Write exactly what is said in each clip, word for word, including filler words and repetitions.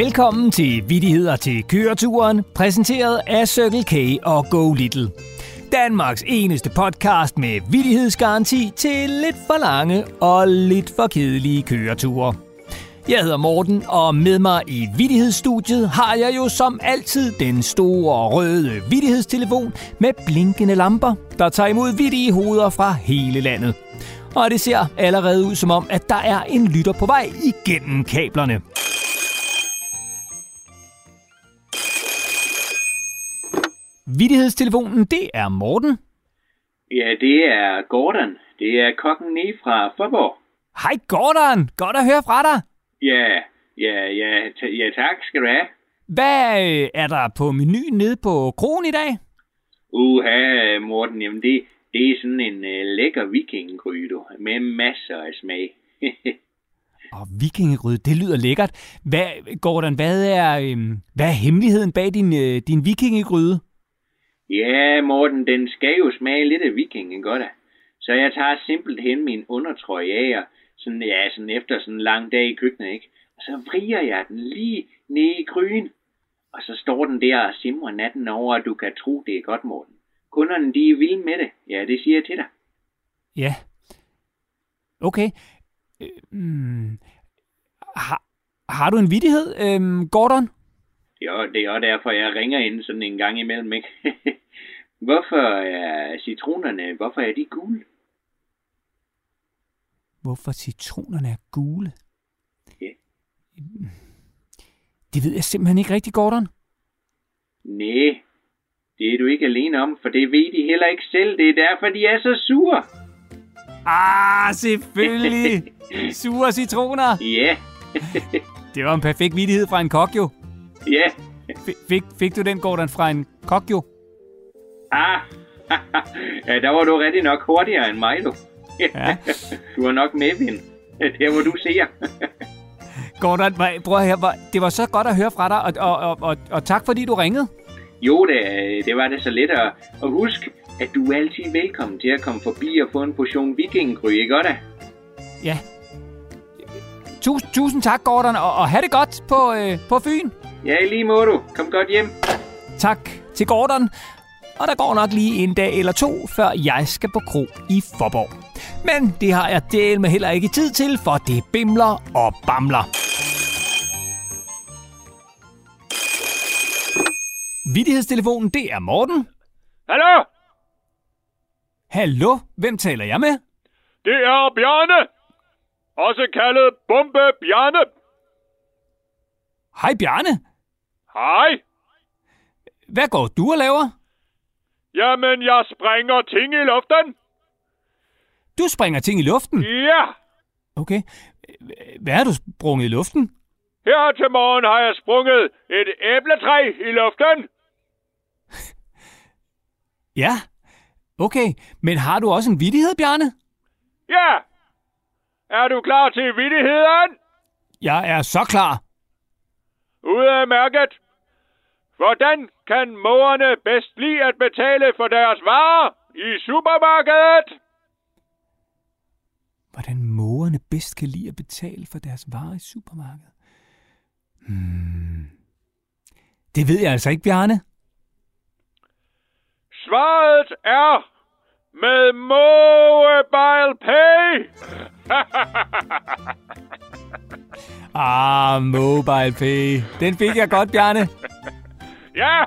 Velkommen til Vittigheder til køreturen, præsenteret af Circle K og Go Little. Danmarks eneste podcast med vittighedsgaranti til lidt for lange og lidt for kedelige køreture. Jeg hedder Morten, og med mig i vittighedsstudiet har jeg jo som altid den store røde vittighedstelefon med blinkende lamper, der tager imod vittige hoveder fra hele landet. Og det ser allerede ud som om, at der er en lytter på vej igennem kablerne. Vittighedstelefonen, det er Morten. Ja, det er Gordon. Det er kokken nede fra Fåborg. Hej Gordon, godt at høre fra dig. Ja, ja, ja, t- ja tak skal du have. Hvad øh, er der på menuen nede på krogen i dag? Uha, Morten, jamen det, det er sådan en uh, lækker vikingegryde med masser af smag. Og vikingegryde, det lyder lækkert. Hvad, Gordon, hvad er, øh, hvad er hemmeligheden bag din, øh, din vikingegryde? Ja, Morten, den skal jo smage lidt af vikingen, godt da. Så jeg tager simpelthen min undertrøje af, og sådan, ja, sådan efter sådan en lang dag i køkkenet, ikke? Og så vriger jeg den lige ned i gryden. Og så står den der og simrer natten over, og du kan tro, det er godt, Morten. Kunderne, de er vilde med det. Ja, det siger jeg til dig. Ja. Okay. Øh, hmm. har, har du en vittighed, øh, Gordon? Jo, det er også derfor, jeg ringer ind sådan en gang imellem, ikke? Hvorfor er citronerne, hvorfor er de gule? Hvorfor citronerne er gule? Ja. Det ved jeg simpelthen ikke rigtig, Gordon. Nej, det er du ikke alene om, for det ved de heller ikke selv. Det er derfor, de er så sure. Ah, selvfølgelig. Sure citroner. Ja. Det var en perfekt vittighed fra en kok, jo. Ja. F- fik, fik du den, Gordon, fra en kok, jo? Ah, ja, der var du rigtig nok hurtigere end mig, du. Ja. Du har nok medvind. Der, hvor du ser. Gordon, prøv at høre, det var så godt at høre fra dig, og, og, og, og, og tak fordi du ringede. Jo, det, det var det så let at, at huske, at du er altid velkommen til at komme forbi og få en portion vikingegryde, ikke godt da? Ja. Tusind, tusind tak, Gordon, og, og have det godt på, øh, på Fyn. Ja, i lige måde du. Kom godt hjem. Tak til Gordon. Og der går nok lige en dag eller to, før jeg skal på kro i Fåborg. Men det har jeg del med heller ikke tid til, for det bimler og bamler. Vittighedstelefonen, det er Morten. Hallo? Hallo? Hvem taler jeg med? Det er Bjarne. Også kaldet Bombe Bjarne. Hej Bjarne. Hej. Hvad går du og laver? Jamen, jeg springer ting i luften. Du springer ting i luften? Ja. Okay. Hvad har du sprunget i luften? Her til morgen har jeg sprunget et æbletræ i luften. Ja. Okay. Men har du også en vittighed, Bjarne? Ja. Er du klar til vittigheden? Jeg er så klar. Udmærket. Hvordan kan mågerne bedst lide at betale for deres varer i supermarkedet? Hvordan mågerne bedst kan lide at betale for deres varer i supermarkedet? Hmm. Det ved jeg altså ikke, Bjarne. Svaret er med Mobile Pay. Ah, Mobile Pay. Den fik jeg godt, Bjarne. Ja.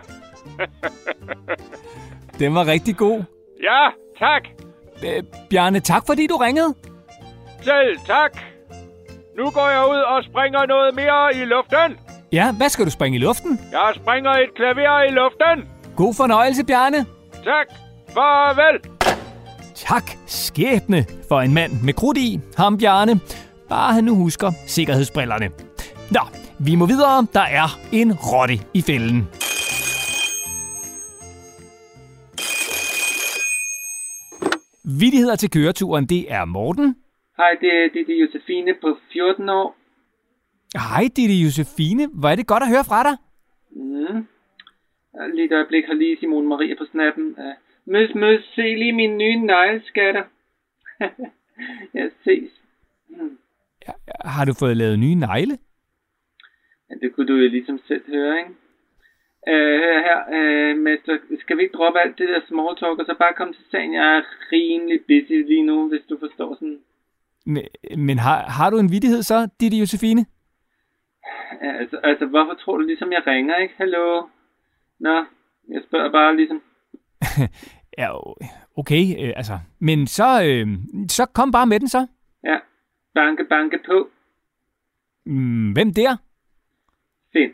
Den var rigtig god. Ja, tak. Øh, Bjarne, tak fordi du ringede. Selv tak. Nu går jeg ud og springer noget mere i luften. Ja, hvad skal du springe i luften? Jeg springer et klaver i luften. God fornøjelse, Bjarne. Tak. Farvel. Tak, skæbne, for en mand med krudt i, ham Bjarne. Bare han nu husker sikkerhedsbrillerne. Nå, vi må videre. Der er en rotte i fælden. Vittigheder til køreturen, det er Morten. Hej, det er, det er Josefine på fjorten år. Hej, det er Josefine. Hvor er det godt at høre fra dig. Mm. Lige et øjeblik har lige Simone Maria på snappen. Uh, møs, møs, se lige mine nye negleskatter. Jeg ses. Mm. Ja, har du fået lavet nye negle? Ja, det kunne du jo ligesom selv høre, ikke? Øh, hør her, øh, mester. Skal vi ikke droppe alt det der small talk, og så bare komme til sagen? Jeg er rimelig busy lige nu, hvis du forstår sådan. Men, men har, har du en vittighed så, Ditte Josefine? Ja, altså, altså, hvorfor tror du ligesom, jeg ringer, ikke? Hallo? Nå, jeg spørger bare ligesom. Ja, okay, øh, altså. Men så, øh, så kom bare med den så. Ja, banke, banke på. Mm, hvem der? Find.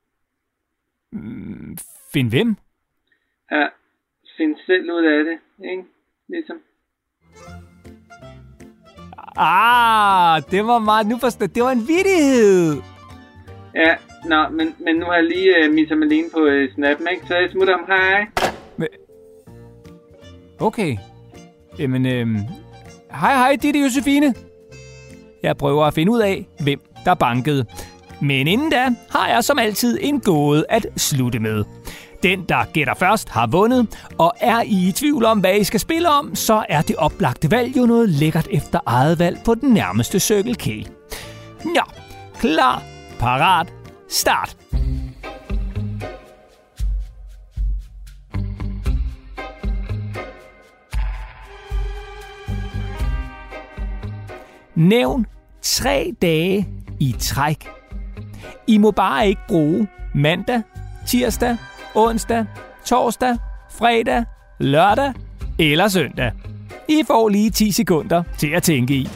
Mm, find hvem? Ja, find selv ud af det, ikke? Ligesom. Ah, det var meget, nu forstår, det var en vittighed. Ja, nå, men, men nu har jeg lige uh, misset Malene på uh, snappen, ikke? Så jeg smutter om, hej. Men, okay. Jamen, øhm, hej hej, Ditte Josefine. Jeg prøver at finde ud af, hvem der bankede. Men inden da har jeg som altid en gåde at slutte med. Den, der gætter først, har vundet, og er I i tvivl om, hvad I skal spille om, så er det oplagte valg jo noget lækkert efter eget valg på den nærmeste Circle K. Ja, klar, parat, start! Nævn tre dage i træk. I må bare ikke bruge mandag, tirsdag, onsdag, torsdag, fredag, lørdag eller søndag. I får lige ti sekunder til at tænke i.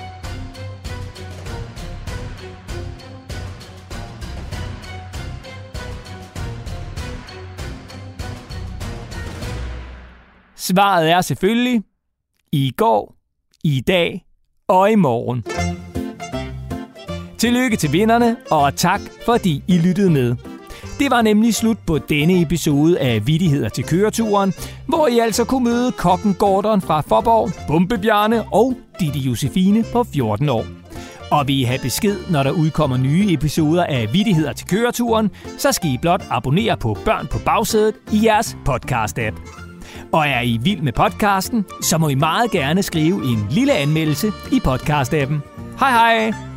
Svaret er selvfølgelig i går, i dag og i morgen. Tillykke til vinderne, og tak fordi I lyttede med. Det var nemlig slut på denne episode af Vittigheder til køreturen, hvor I altså kunne møde kokken Gordon fra Fåborg, Bombebjarne og Ditte Josefine på fjorten år. Og vil I have besked, når der udkommer nye episoder af Vittigheder til køreturen, så skal I blot abonnere på Børn på Bagsædet i jeres podcast-app. Og er I vild med podcasten, så må I meget gerne skrive en lille anmeldelse i podcast-appen. Hej hej!